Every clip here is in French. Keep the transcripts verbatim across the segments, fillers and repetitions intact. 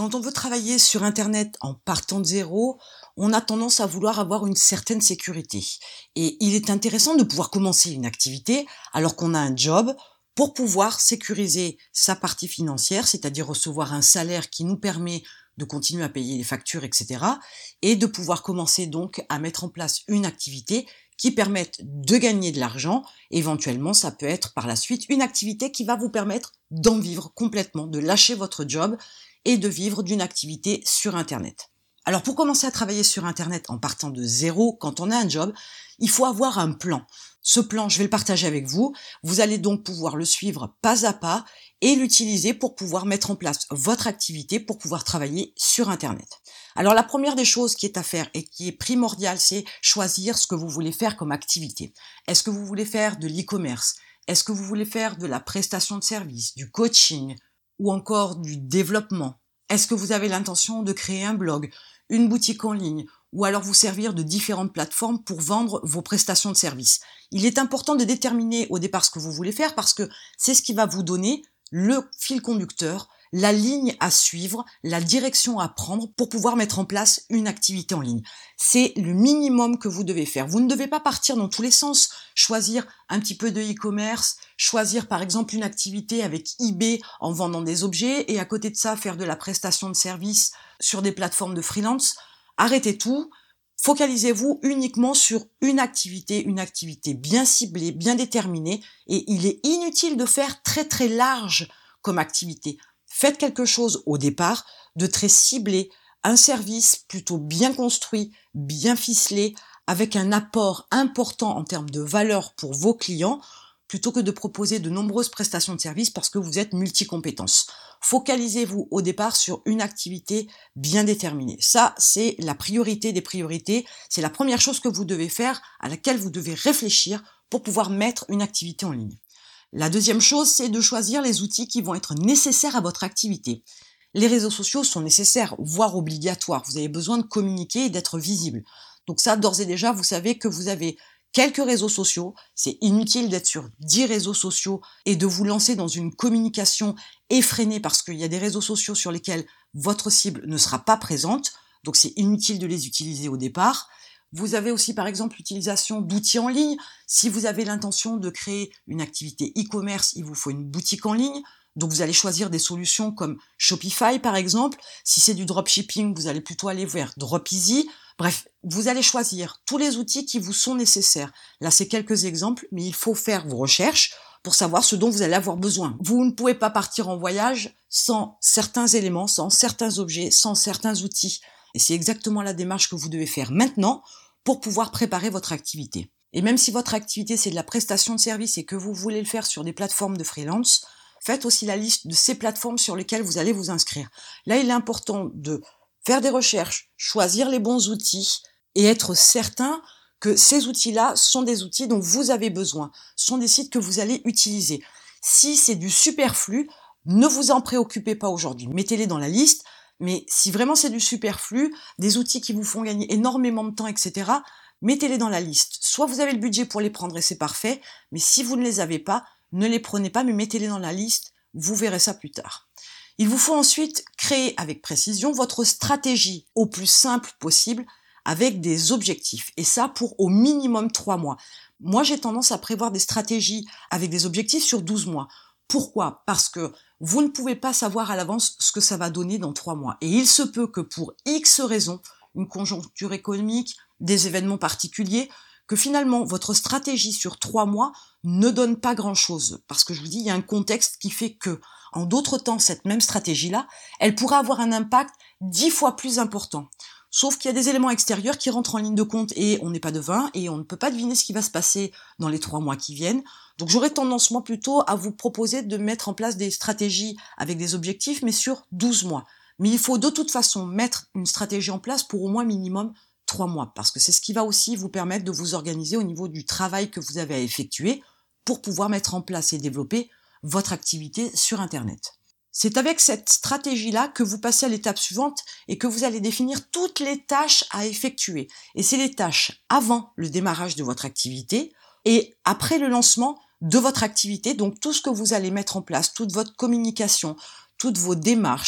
Quand on veut travailler sur Internet en partant de zéro, on a tendance à vouloir avoir une certaine sécurité. Et il est intéressant de pouvoir commencer une activité alors qu'on a un job pour pouvoir sécuriser sa partie financière, c'est-à-dire recevoir un salaire qui nous permet de continuer à payer les factures, et cetera. Et de pouvoir commencer donc à mettre en place une activité qui permette de gagner de l'argent. Éventuellement, ça peut être par la suite une activité qui va vous permettre d'en vivre complètement, de lâcher votre job et de vivre d'une activité sur Internet. Alors pour commencer à travailler sur Internet en partant de zéro, quand on a un job, il faut avoir un plan. Ce plan, je vais le partager avec vous. Vous allez donc pouvoir le suivre pas à pas et l'utiliser pour pouvoir mettre en place votre activité, pour pouvoir travailler sur Internet. Alors la première des choses qui est à faire et qui est primordiale, c'est choisir ce que vous voulez faire comme activité. Est-ce que vous voulez faire de l'e-commerce? Est-ce que vous voulez faire de la prestation de service, du coaching ou encore du développement? Est-ce que vous avez l'intention de créer un blog, une boutique en ligne ou alors vous servir de différentes plateformes pour vendre vos prestations de service? Il est important de déterminer au départ ce que vous voulez faire parce que c'est ce qui va vous donner le fil conducteur, la ligne à suivre, la direction à prendre pour pouvoir mettre en place une activité en ligne. C'est le minimum que vous devez faire. Vous ne devez pas partir dans tous les sens, choisir un petit peu de e-commerce, choisir par exemple une activité avec eBay en vendant des objets et à côté de ça faire de la prestation de service sur des plateformes de freelance. Arrêtez tout. Focalisez-vous uniquement sur une activité, une activité bien ciblée, bien déterminée, et il est inutile de faire très très large comme activité. Faites quelque chose au départ de très ciblé, un service plutôt bien construit, bien ficelé, avec un apport important en termes de valeur pour vos clients, plutôt que de proposer de nombreuses prestations de services parce que vous êtes multi-compétences. Focalisez-vous au départ sur une activité bien déterminée. Ça, c'est la priorité des priorités. C'est la première chose que vous devez faire, à laquelle vous devez réfléchir pour pouvoir mettre une activité en ligne. La deuxième chose, c'est de choisir les outils qui vont être nécessaires à votre activité. Les réseaux sociaux sont nécessaires, voire obligatoires. Vous avez besoin de communiquer et d'être visible. Donc ça, d'ores et déjà, vous savez que vous avez quelques réseaux sociaux. C'est inutile d'être sur dix réseaux sociaux et de vous lancer dans une communication effrénée parce qu'il y a des réseaux sociaux sur lesquels votre cible ne sera pas présente. Donc c'est inutile de les utiliser au départ. Vous avez aussi par exemple l'utilisation d'outils en ligne. Si vous avez l'intention de créer une activité e-commerce, il vous faut une boutique en ligne. Donc vous allez choisir des solutions comme Shopify par exemple. Si c'est du dropshipping, vous allez plutôt aller vers Dropeasy. Bref, vous allez choisir tous les outils qui vous sont nécessaires. Là, c'est quelques exemples, mais il faut faire vos recherches pour savoir ce dont vous allez avoir besoin. Vous ne pouvez pas partir en voyage sans certains éléments, sans certains objets, sans certains outils. Et c'est exactement la démarche que vous devez faire maintenant pour pouvoir préparer votre activité. Et même si votre activité, c'est de la prestation de service et que vous voulez le faire sur des plateformes de freelance, faites aussi la liste de ces plateformes sur lesquelles vous allez vous inscrire. Là, il est important de faire des recherches, choisir les bons outils et être certain que ces outils-là sont des outils dont vous avez besoin, sont des sites que vous allez utiliser. Si c'est du superflu, ne vous en préoccupez pas aujourd'hui. Mettez-les dans la liste, mais si vraiment c'est du superflu, des outils qui vous font gagner énormément de temps, et cetera, mettez-les dans la liste. Soit vous avez le budget pour les prendre et c'est parfait, mais si vous ne les avez pas, ne les prenez pas, mais mettez-les dans la liste, vous verrez ça plus tard. Il vous faut ensuite créer avec précision votre stratégie au plus simple possible avec des objectifs. Et ça pour au minimum trois mois. Moi, j'ai tendance à prévoir des stratégies avec des objectifs sur douze mois. Pourquoi? Parce que vous ne pouvez pas savoir à l'avance ce que ça va donner dans trois mois. Et il se peut que pour X raisons, une conjoncture économique, des événements particuliers, que finalement votre stratégie sur trois mois ne donne pas grand-chose. Parce que je vous dis, il y a un contexte qui fait que, en d'autres temps, cette même stratégie-là, elle pourrait avoir un impact dix fois plus important. Sauf qu'il y a des éléments extérieurs qui rentrent en ligne de compte et on n'est pas devin et on ne peut pas deviner ce qui va se passer dans les trois mois qui viennent. Donc j'aurais tendance, moi, plutôt à vous proposer de mettre en place des stratégies avec des objectifs, mais sur douze mois. Mais il faut de toute façon mettre une stratégie en place pour au moins minimum trois mois, parce que c'est ce qui va aussi vous permettre de vous organiser au niveau du travail que vous avez à effectuer pour pouvoir mettre en place et développer votre activité sur Internet. C'est avec cette stratégie-là que vous passez à l'étape suivante et que vous allez définir toutes les tâches à effectuer. Et c'est les tâches avant le démarrage de votre activité et après le lancement de votre activité, donc tout ce que vous allez mettre en place, toute votre communication, toutes vos démarches,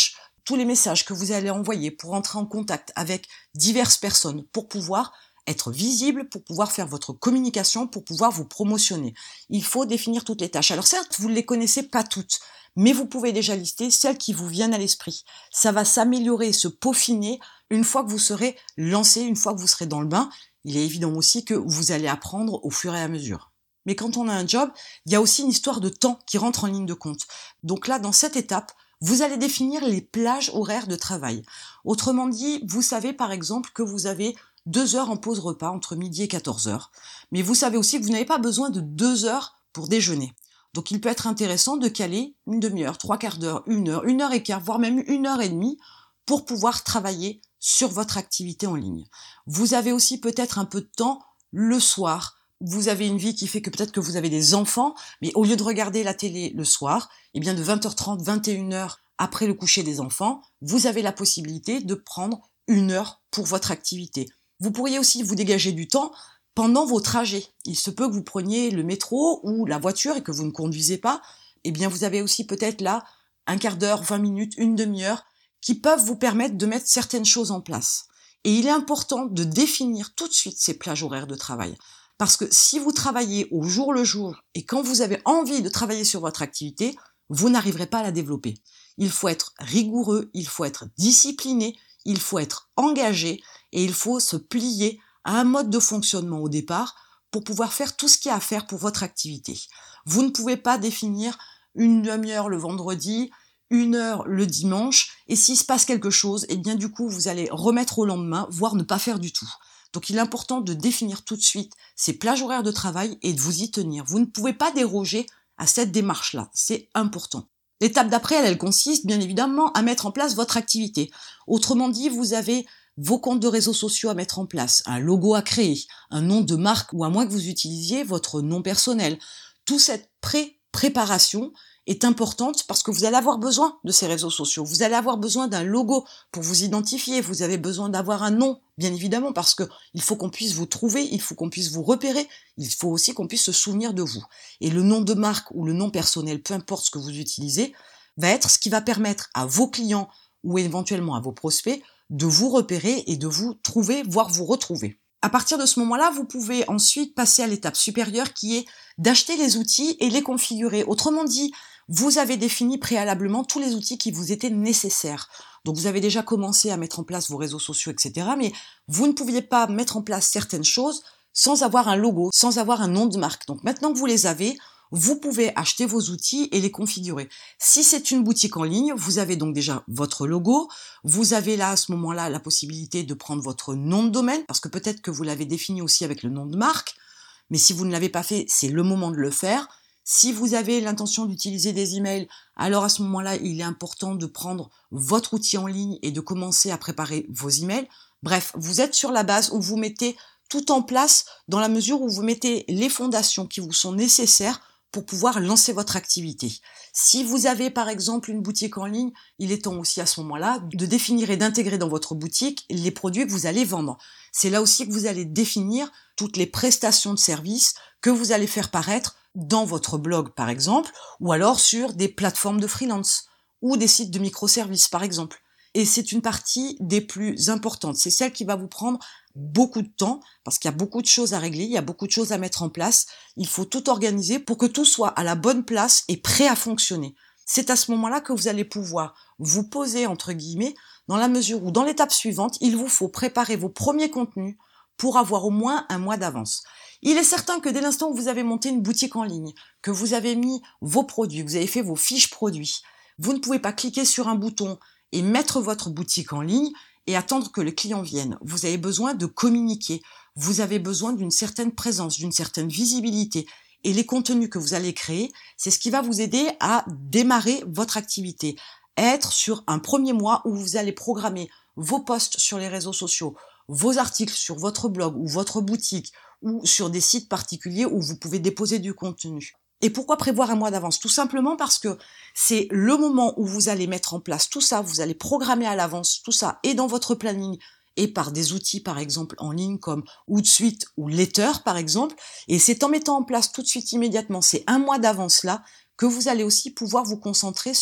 tous les messages que vous allez envoyer pour entrer en contact avec diverses personnes, pour pouvoir être visible, pour pouvoir faire votre communication, pour pouvoir vous promotionner. Il faut définir toutes les tâches. Alors certes, vous ne les connaissez pas toutes, mais vous pouvez déjà lister celles qui vous viennent à l'esprit. Ça va s'améliorer, se peaufiner une fois que vous serez lancé, une fois que vous serez dans le bain. Il est évident aussi que vous allez apprendre au fur et à mesure. Mais quand on a un job, il y a aussi une histoire de temps qui rentre en ligne de compte. Donc là, dans cette étape, vous allez définir les plages horaires de travail. Autrement dit, vous savez par exemple que vous avez deux heures en pause repas entre midi et quatorze heures. Mais vous savez aussi que vous n'avez pas besoin de deux heures pour déjeuner. Donc il peut être intéressant de caler une demi-heure, trois quarts d'heure, une heure, une heure et quart, voire même une heure et demie pour pouvoir travailler sur votre activité en ligne. Vous avez aussi peut-être un peu de temps le soir. Vous avez une vie qui fait que peut-être que vous avez des enfants, mais au lieu de regarder la télé le soir, eh bien de vingt heures trente, vingt et une heures après le coucher des enfants, vous avez la possibilité de prendre une heure pour votre activité. Vous pourriez aussi vous dégager du temps pendant vos trajets. Il se peut que vous preniez le métro ou la voiture et que vous ne conduisez pas. Eh bien, vous avez aussi peut-être là un quart d'heure, vingt minutes, une demi-heure qui peuvent vous permettre de mettre certaines choses en place. Et il est important de définir tout de suite ces plages horaires de travail. Parce que si vous travaillez au jour le jour et quand vous avez envie de travailler sur votre activité, vous n'arriverez pas à la développer. Il faut être rigoureux, il faut être discipliné, il faut être engagé et il faut se plier à un mode de fonctionnement au départ pour pouvoir faire tout ce qu'il y a à faire pour votre activité. Vous ne pouvez pas définir une demi-heure le vendredi, une heure le dimanche, et s'il se passe quelque chose, eh bien du coup vous allez remettre au lendemain, voire ne pas faire du tout. Donc il est important de définir tout de suite ces plages horaires de travail et de vous y tenir. Vous ne pouvez pas déroger à cette démarche-là, c'est important. L'étape d'après, elle, elle consiste bien évidemment à mettre en place votre activité. Autrement dit, vous avez vos comptes de réseaux sociaux à mettre en place, un logo à créer, un nom de marque ou à moins que vous utilisiez votre nom personnel. Toute cette pré-préparation est importante parce que vous allez avoir besoin de ces réseaux sociaux. Vous allez avoir besoin d'un logo pour vous identifier. Vous avez besoin d'avoir un nom, bien évidemment, parce que il faut qu'on puisse vous trouver, il faut qu'on puisse vous repérer, il faut aussi qu'on puisse se souvenir de vous. Et le nom de marque ou le nom personnel, peu importe ce que vous utilisez, va être ce qui va permettre à vos clients ou éventuellement à vos prospects de vous repérer et de vous trouver, voire vous retrouver. À partir de ce moment-là, vous pouvez ensuite passer à l'étape supérieure qui est d'acheter les outils et les configurer. Autrement dit, vous avez défini préalablement tous les outils qui vous étaient nécessaires. Donc vous avez déjà commencé à mettre en place vos réseaux sociaux, et cetera. Mais vous ne pouviez pas mettre en place certaines choses sans avoir un logo, sans avoir un nom de marque. Donc maintenant que vous les avez, vous pouvez acheter vos outils et les configurer. Si c'est une boutique en ligne, vous avez donc déjà votre logo. Vous avez là, à ce moment-là, la possibilité de prendre votre nom de domaine, parce que peut-être que vous l'avez défini aussi avec le nom de marque. Mais si vous ne l'avez pas fait, c'est le moment de le faire. Si vous avez l'intention d'utiliser des emails, alors à ce moment-là, il est important de prendre votre outil en ligne et de commencer à préparer vos emails. Bref, vous êtes sur la base où vous mettez tout en place dans la mesure où vous mettez les fondations qui vous sont nécessaires pour pouvoir lancer votre activité. Si vous avez par exemple une boutique en ligne, il est temps aussi à ce moment-là de définir et d'intégrer dans votre boutique les produits que vous allez vendre. C'est là aussi que vous allez définir toutes les prestations de services que vous allez faire paraître dans votre blog par exemple, ou alors sur des plateformes de freelance, ou des sites de microservices par exemple. Et c'est une partie des plus importantes, c'est celle qui va vous prendre beaucoup de temps, parce qu'il y a beaucoup de choses à régler, il y a beaucoup de choses à mettre en place, il faut tout organiser pour que tout soit à la bonne place et prêt à fonctionner. C'est à ce moment-là que vous allez pouvoir vous poser, entre guillemets, dans la mesure où dans l'étape suivante, il vous faut préparer vos premiers contenus pour avoir au moins un mois d'avance. Il est certain que dès l'instant où vous avez monté une boutique en ligne, que vous avez mis vos produits, que vous avez fait vos fiches produits, vous ne pouvez pas cliquer sur un bouton et mettre votre boutique en ligne et attendre que le client vienne. Vous avez besoin de communiquer, vous avez besoin d'une certaine présence, d'une certaine visibilité. Et les contenus que vous allez créer, c'est ce qui va vous aider à démarrer votre activité. Être sur un premier mois où vous allez programmer vos posts sur les réseaux sociaux, vos articles sur votre blog ou votre boutique ou sur des sites particuliers où vous pouvez déposer du contenu. Et pourquoi prévoir un mois d'avance? Tout simplement parce que c'est le moment où vous allez mettre en place tout ça, vous allez programmer à l'avance tout ça et dans votre planning et par des outils par exemple en ligne comme Hootsuite ou Letter par exemple. Et c'est en mettant en place tout de suite immédiatement ces un mois d'avance là que vous allez aussi pouvoir vous concentrer sur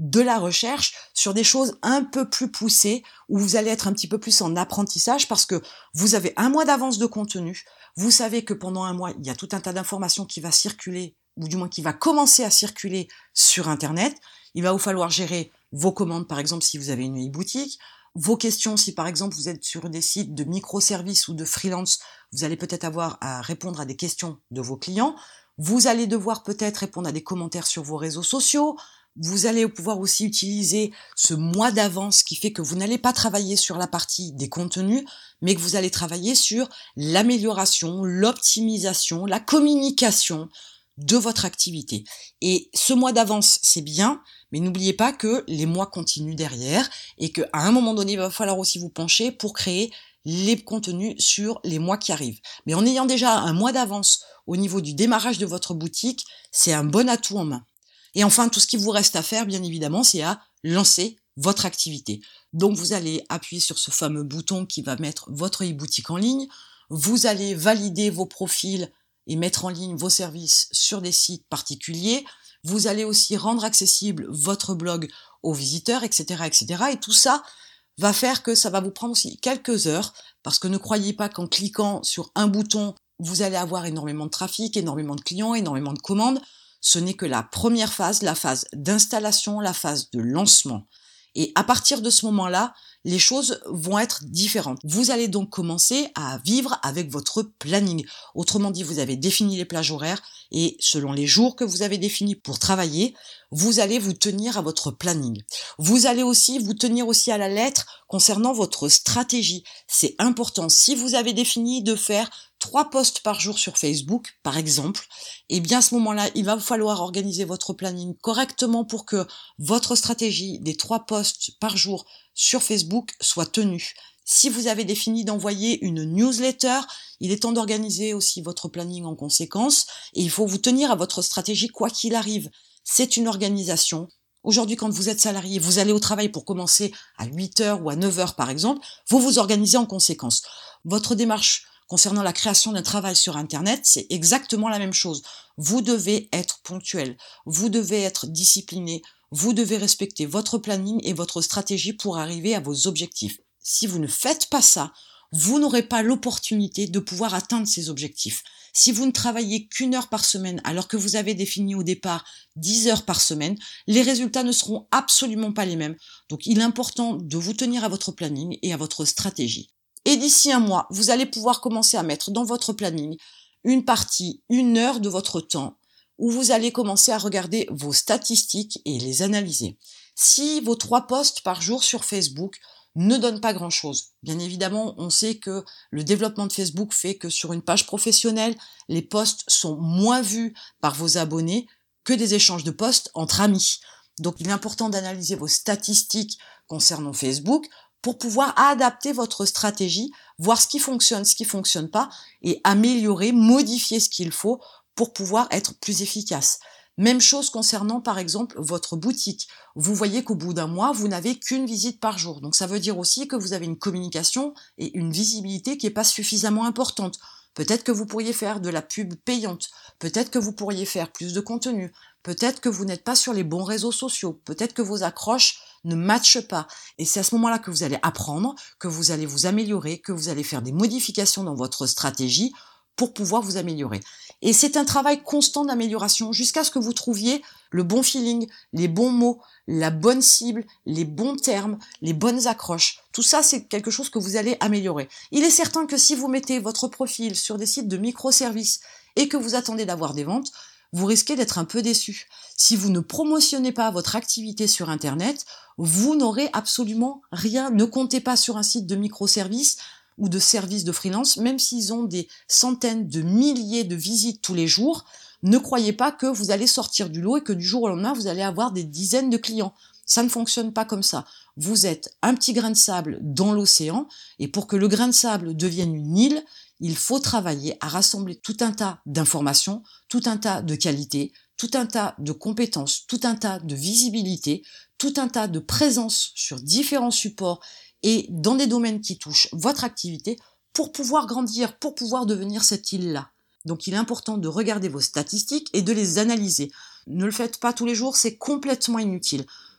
de la recherche sur des choses un peu plus poussées, où vous allez être un petit peu plus en apprentissage parce que vous avez un mois d'avance de contenu. Vous savez que pendant un mois, il y a tout un tas d'informations qui va circuler, ou du moins qui va commencer à circuler sur Internet. Il va vous falloir gérer vos commandes, par exemple, si vous avez une e-boutique, vos questions, si par exemple vous êtes sur des sites de microservices ou de freelance, vous allez peut-être avoir à répondre à des questions de vos clients. Vous allez devoir peut-être répondre à des commentaires sur vos réseaux sociaux. Vous allez pouvoir aussi utiliser ce mois d'avance qui fait que vous n'allez pas travailler sur la partie des contenus, mais que vous allez travailler sur l'amélioration, l'optimisation, la communication de votre activité. Et ce mois d'avance, c'est bien, mais n'oubliez pas que les mois continuent derrière et qu'à un moment donné, il va falloir aussi vous pencher pour créer les contenus sur les mois qui arrivent. Mais en ayant déjà un mois d'avance au niveau du démarrage de votre boutique, c'est un bon atout en main. Et enfin, tout ce qui vous reste à faire, bien évidemment, c'est à lancer votre activité. Donc, vous allez appuyer sur ce fameux bouton qui va mettre votre e-boutique en ligne. Vous allez valider vos profils et mettre en ligne vos services sur des sites particuliers. Vous allez aussi rendre accessible votre blog aux visiteurs, et cetera, et cetera. Et tout ça va faire que ça va vous prendre aussi quelques heures, parce que ne croyez pas qu'en cliquant sur un bouton, vous allez avoir énormément de trafic, énormément de clients, énormément de commandes. Ce n'est que la première phase, la phase d'installation, la phase de lancement. Et à partir de ce moment-là, les choses vont être différentes. Vous allez donc commencer à vivre avec votre planning. Autrement dit, vous avez défini les plages horaires et selon les jours que vous avez définis pour travailler, vous allez vous tenir à votre planning. Vous allez aussi vous tenir aussi à la lettre concernant votre stratégie. C'est important. Si vous avez défini de faire trois posts par jour sur Facebook, par exemple, eh bien à ce moment-là, il va vous falloir organiser votre planning correctement pour que votre stratégie des trois posts par jour sur Facebook soit tenue. Si vous avez défini d'envoyer une newsletter, il est temps d'organiser aussi votre planning en conséquence et il faut vous tenir à votre stratégie quoi qu'il arrive. C'est une organisation. Aujourd'hui, quand vous êtes salarié, vous allez au travail pour commencer à huit heures ou à neuf heures par exemple, vous vous organisez en conséquence. Votre démarche concernant la création d'un travail sur Internet, c'est exactement la même chose. Vous devez être ponctuel, vous devez être discipliné, vous devez respecter votre planning et votre stratégie pour arriver à vos objectifs. Si vous ne faites pas ça, vous n'aurez pas l'opportunité de pouvoir atteindre ces objectifs. Si vous ne travaillez qu'une heure par semaine alors que vous avez défini au départ dix heures par semaine, les résultats ne seront absolument pas les mêmes. Donc il est important de vous tenir à votre planning et à votre stratégie. Et d'ici un mois, vous allez pouvoir commencer à mettre dans votre planning une partie, une heure de votre temps où vous allez commencer à regarder vos statistiques et les analyser. Si vos trois posts par jour sur Facebook ne donnent pas grand-chose, bien évidemment, on sait que le développement de Facebook fait que sur une page professionnelle, les posts sont moins vus par vos abonnés que des échanges de posts entre amis. Donc il est important d'analyser vos statistiques concernant Facebook pour pouvoir adapter votre stratégie, voir ce qui fonctionne, ce qui fonctionne pas, et améliorer, modifier ce qu'il faut pour pouvoir être plus efficace. Même chose concernant par exemple votre boutique. Vous voyez qu'au bout d'un mois, vous n'avez qu'une visite par jour. Donc ça veut dire aussi que vous avez une communication et une visibilité qui n'est pas suffisamment importante. Peut-être que vous pourriez faire de la pub payante. Peut-être que vous pourriez faire plus de contenu. Peut-être que vous n'êtes pas sur les bons réseaux sociaux. Peut-être que vos accroches ne matchent pas. Et c'est à ce moment-là que vous allez apprendre, que vous allez vous améliorer, que vous allez faire des modifications dans votre stratégie pour pouvoir vous améliorer. Et c'est un travail constant d'amélioration jusqu'à ce que vous trouviez le bon feeling, les bons mots, la bonne cible, les bons termes, les bonnes accroches. Tout ça, c'est quelque chose que vous allez améliorer. Il est certain que si vous mettez votre profil sur des sites de microservices et que vous attendez d'avoir des ventes, vous risquez d'être un peu déçu. Si vous ne promotionnez pas votre activité sur Internet, vous n'aurez absolument rien. Ne comptez pas sur un site de microservices ou de services de freelance, même s'ils ont des centaines de milliers de visites tous les jours, ne croyez pas que vous allez sortir du lot et que du jour au lendemain, vous allez avoir des dizaines de clients. Ça ne fonctionne pas comme ça. Vous êtes un petit grain de sable dans l'océan, et pour que le grain de sable devienne une île, il faut travailler à rassembler tout un tas d'informations, tout un tas de qualités, tout un tas de compétences, tout un tas de visibilité, tout un tas de présence sur différents supports et dans des domaines qui touchent votre activité pour pouvoir grandir, pour pouvoir devenir cette île-là. Donc il est important de regarder vos statistiques et de les analyser. Ne le faites pas tous les jours, c'est complètement inutile.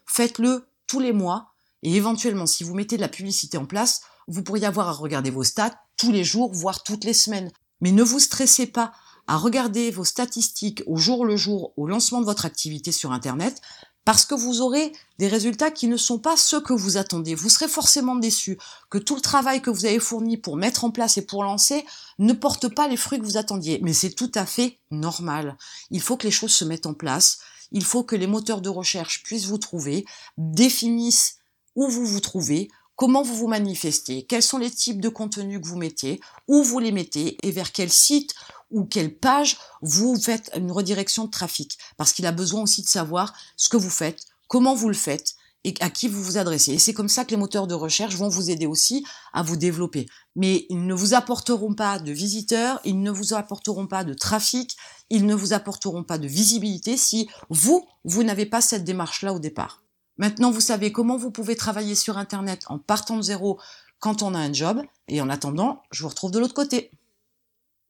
Faites-le tous les mois et éventuellement, si vous mettez de la publicité en place, vous pourriez avoir à regarder vos stats tous les jours, voire toutes les semaines. Mais ne vous stressez pas à regarder vos statistiques au jour le jour, au lancement de votre activité sur Internet, parce que vous aurez des résultats qui ne sont pas ceux que vous attendez. Vous serez forcément déçu que tout le travail que vous avez fourni pour mettre en place et pour lancer ne porte pas les fruits que vous attendiez. Mais c'est tout à fait normal. Il faut que les choses se mettent en place. Il faut que les moteurs de recherche puissent vous trouver, définissent où vous vous trouvez, comment vous vous manifestez, quels sont les types de contenus que vous mettez, où vous les mettez et vers quel site ou quelle page vous faites une redirection de trafic. Parce qu'il a besoin aussi de savoir ce que vous faites, comment vous le faites et à qui vous vous adressez. Et c'est comme ça que les moteurs de recherche vont vous aider aussi à vous développer. Mais ils ne vous apporteront pas de visiteurs, ils ne vous apporteront pas de trafic, ils ne vous apporteront pas de visibilité si vous, vous n'avez pas cette démarche-là au départ. Maintenant, vous savez comment vous pouvez travailler sur Internet en partant de zéro quand on a un job. Et en attendant, je vous retrouve de l'autre côté.